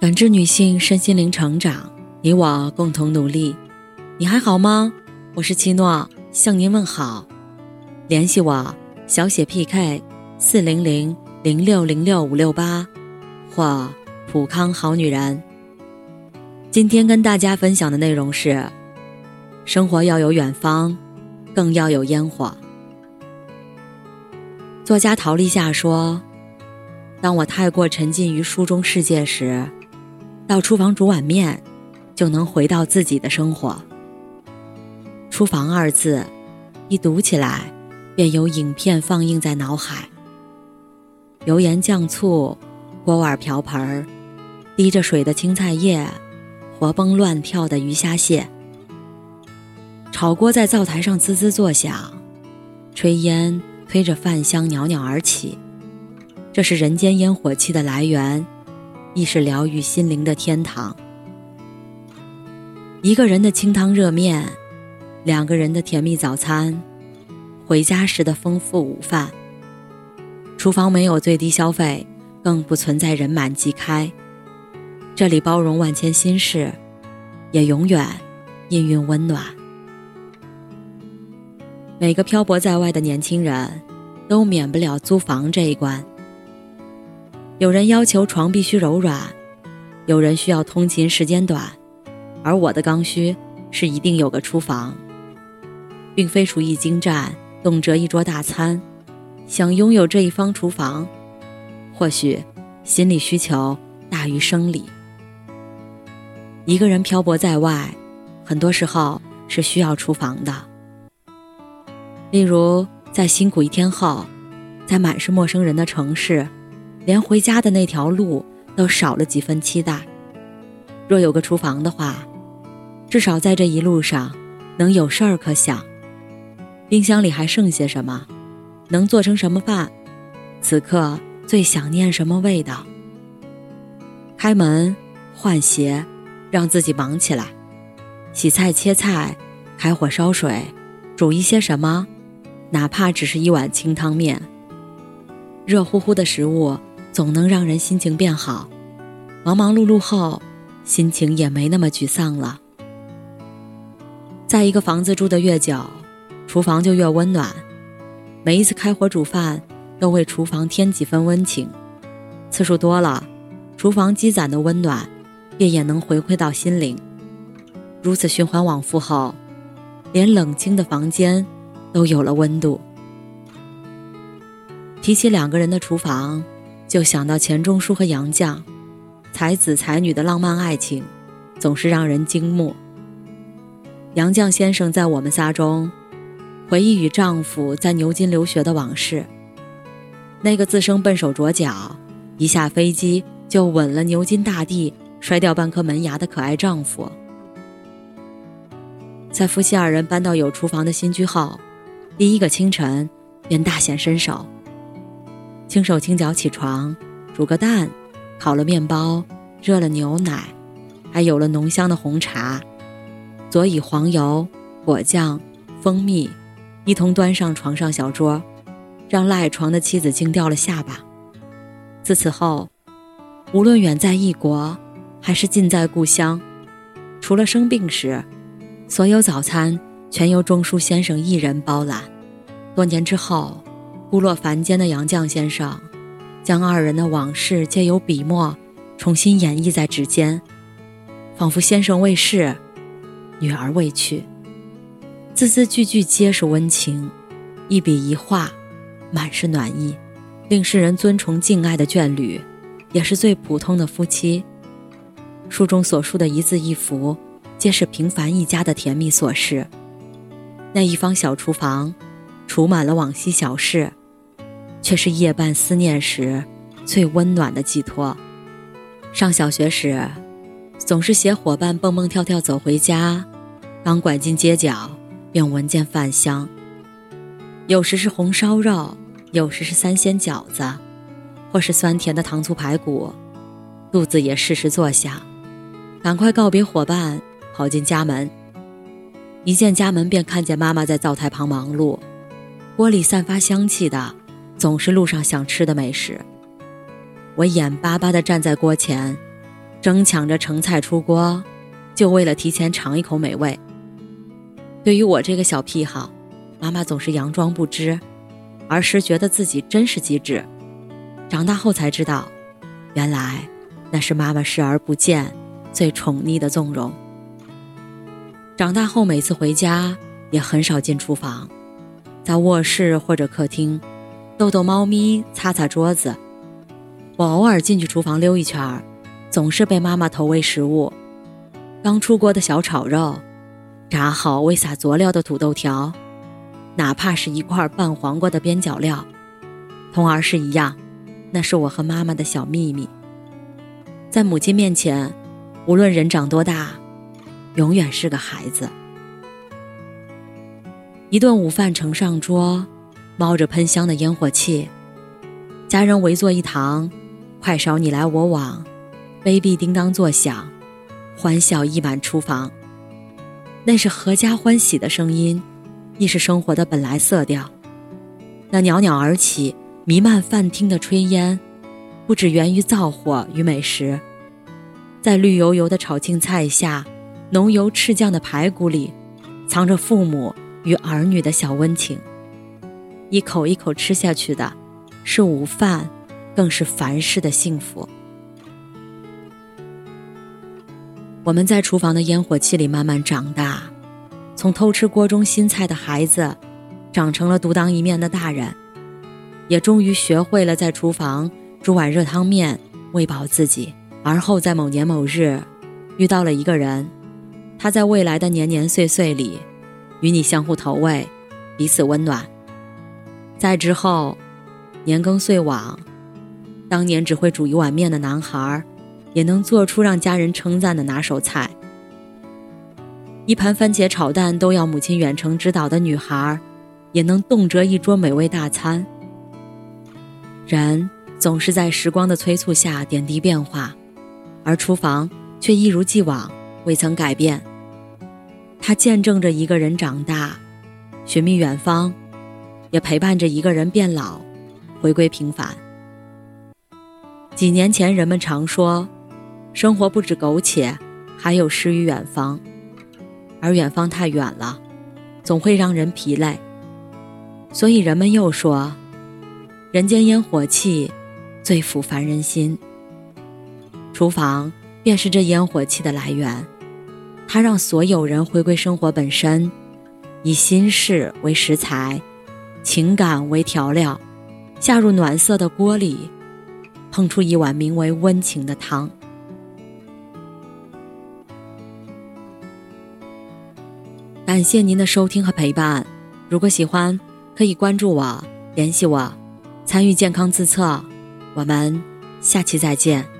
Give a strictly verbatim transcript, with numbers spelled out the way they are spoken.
感知女性身心灵成长，你我共同努力。你还好吗？我是七诺，向您问好。联系我小写 P K 四零零零六零六五六八或普康好女人。今天跟大家分享的内容是：生活要有远方，更要有烟火。作家陶立夏说，当我太过沉浸于书中世界时，到厨房煮碗面就能回到自己的生活。厨房二字一读起来便有影片放映在脑海，油盐酱醋，锅碗瓢盆，滴着水的青菜叶，活蹦乱跳的鱼虾蟹。炒锅在灶台上滋滋作响，炊烟推着饭香袅袅而起，这是人间烟火气的来源，亦是疗愈心灵的天堂。一个人的清汤热面，两个人的甜蜜早餐，回家时的丰富午饭。厨房没有最低消费，更不存在人满即开，这里包容万千心事，也永远氤氲温暖。每个漂泊在外的年轻人都免不了租房这一关。有人要求床必须柔软，有人需要通勤时间短，而我的刚需是一定有个厨房，并非厨艺精湛，动辄一桌大餐。想拥有这一方厨房，或许心理需求大于生理。一个人漂泊在外，很多时候是需要厨房的。例如在辛苦一天后，在满是陌生人的城市，连回家的那条路都少了几分期待。若有个厨房的话，至少在这一路上能有事儿可想。冰箱里还剩些什么？能做成什么饭？此刻最想念什么味道？开门换鞋，让自己忙起来，洗菜切菜，开火烧水，煮一些什么，哪怕只是一碗清汤面。热乎乎的食物总能让人心情变好，忙忙碌碌后，心情也没那么沮丧了。在一个房子住得越久，厨房就越温暖。每一次开火煮饭，都为厨房添几分温情。次数多了，厨房积攒的温暖便也能回馈到心灵。如此循环往复后，连冷清的房间都有了温度。提起两个人的厨房，就想到钱钟书和杨绛，才子才女的浪漫爱情总是让人惊目。杨绛先生在我们仨中回忆与丈夫在牛津留学的往事，那个自称笨手拙脚，一下飞机就吻了牛津大地，摔掉半颗门牙的可爱丈夫。在夫妻二人搬到有厨房的新居后，第一个清晨便大显身手，轻手轻脚起床，煮个蛋，烤了面包，热了牛奶，还有了浓香的红茶，佐以黄油、果酱、蜂蜜，一同端上床上小桌，让赖床的妻子惊掉了下巴。自此后，无论远在异国还是近在故乡，除了生病时，所有早餐全由钟书先生一人包揽。多年之后，孤落凡间的杨绛先生将二人的往事借由笔墨重新演绎在纸间，仿佛先生未逝，女儿未去，字字句句皆是温情，一笔一画满是暖意，令世人尊崇敬爱的眷侣，也是最普通的夫妻。书中所述的一字一符，皆是平凡一家的甜蜜琐事。那一方小厨房储满了往昔小事，却是夜半思念时最温暖的寄托。上小学时，总是携伙伴蹦蹦跳跳走回家，刚拐进街角便闻见饭香。有时是红烧肉，有时是三鲜饺子，或是酸甜的糖醋排骨，肚子也适时作响。赶快告别伙伴，跑进家门。一见家门便看见妈妈在灶台旁忙碌，锅里散发香气的总是路上想吃的美食。我眼巴巴地站在锅前， 争抢着盛菜出锅，就为了提前尝一口美味。对于我这个小癖好，妈妈总是佯装不知，儿时觉得自己真是机智，长大后才知道，原来那是妈妈视而不见最宠溺的纵容。长大后每次回家也很少进厨房，在卧室或者客厅逗逗猫咪，擦擦桌子。我偶尔进去厨房溜一圈，总是被妈妈投喂食物，刚出锅的小炒肉，炸好未撒佐料的土豆条，哪怕是一块拌黄瓜的边角料，同儿时一样，那是我和妈妈的小秘密。在母亲面前，无论人长多大，永远是个孩子。一顿午饭呈上桌，冒着喷香的烟火气，家人围坐一堂，快勺你来我往，杯壁叮当作响，欢笑溢满厨房。那是阖家欢喜的声音，亦是生活的本来色调。那袅袅而起弥漫饭厅的炊烟，不只源于灶火与美食，在绿油油的炒青菜下，浓油赤酱的排骨里，藏着父母与儿女的小温情。一口一口吃下去的是午饭，更是凡事的幸福。我们在厨房的烟火气里慢慢长大，从偷吃锅中新菜的孩子长成了独当一面的大人，也终于学会了在厨房煮碗热汤面喂饱自己。而后在某年某日遇到了一个人，他在未来的年年岁岁里与你相互投喂，彼此温暖。再之后年更岁往，当年只会煮一碗面的男孩也能做出让家人称赞的拿手菜，一盘番茄炒蛋都要母亲远程指导的女孩也能动辄一桌美味大餐。人总是在时光的催促下点滴变化，而厨房却一如既往未曾改变。它见证着一个人长大，寻觅远方，也陪伴着一个人变老，回归平凡。几年前人们常说，生活不止苟且，还有诗与远方，而远方太远了，总会让人疲累。所以人们又说，人间烟火气，最抚凡人心。厨房便是这烟火气的来源，它让所有人回归生活本身，以心事为食材，情感为调料，下入暖色的锅里，烹出一碗名为温情的汤。感谢您的收听和陪伴，如果喜欢可以关注我，联系我，参与健康自测。我们下期再见。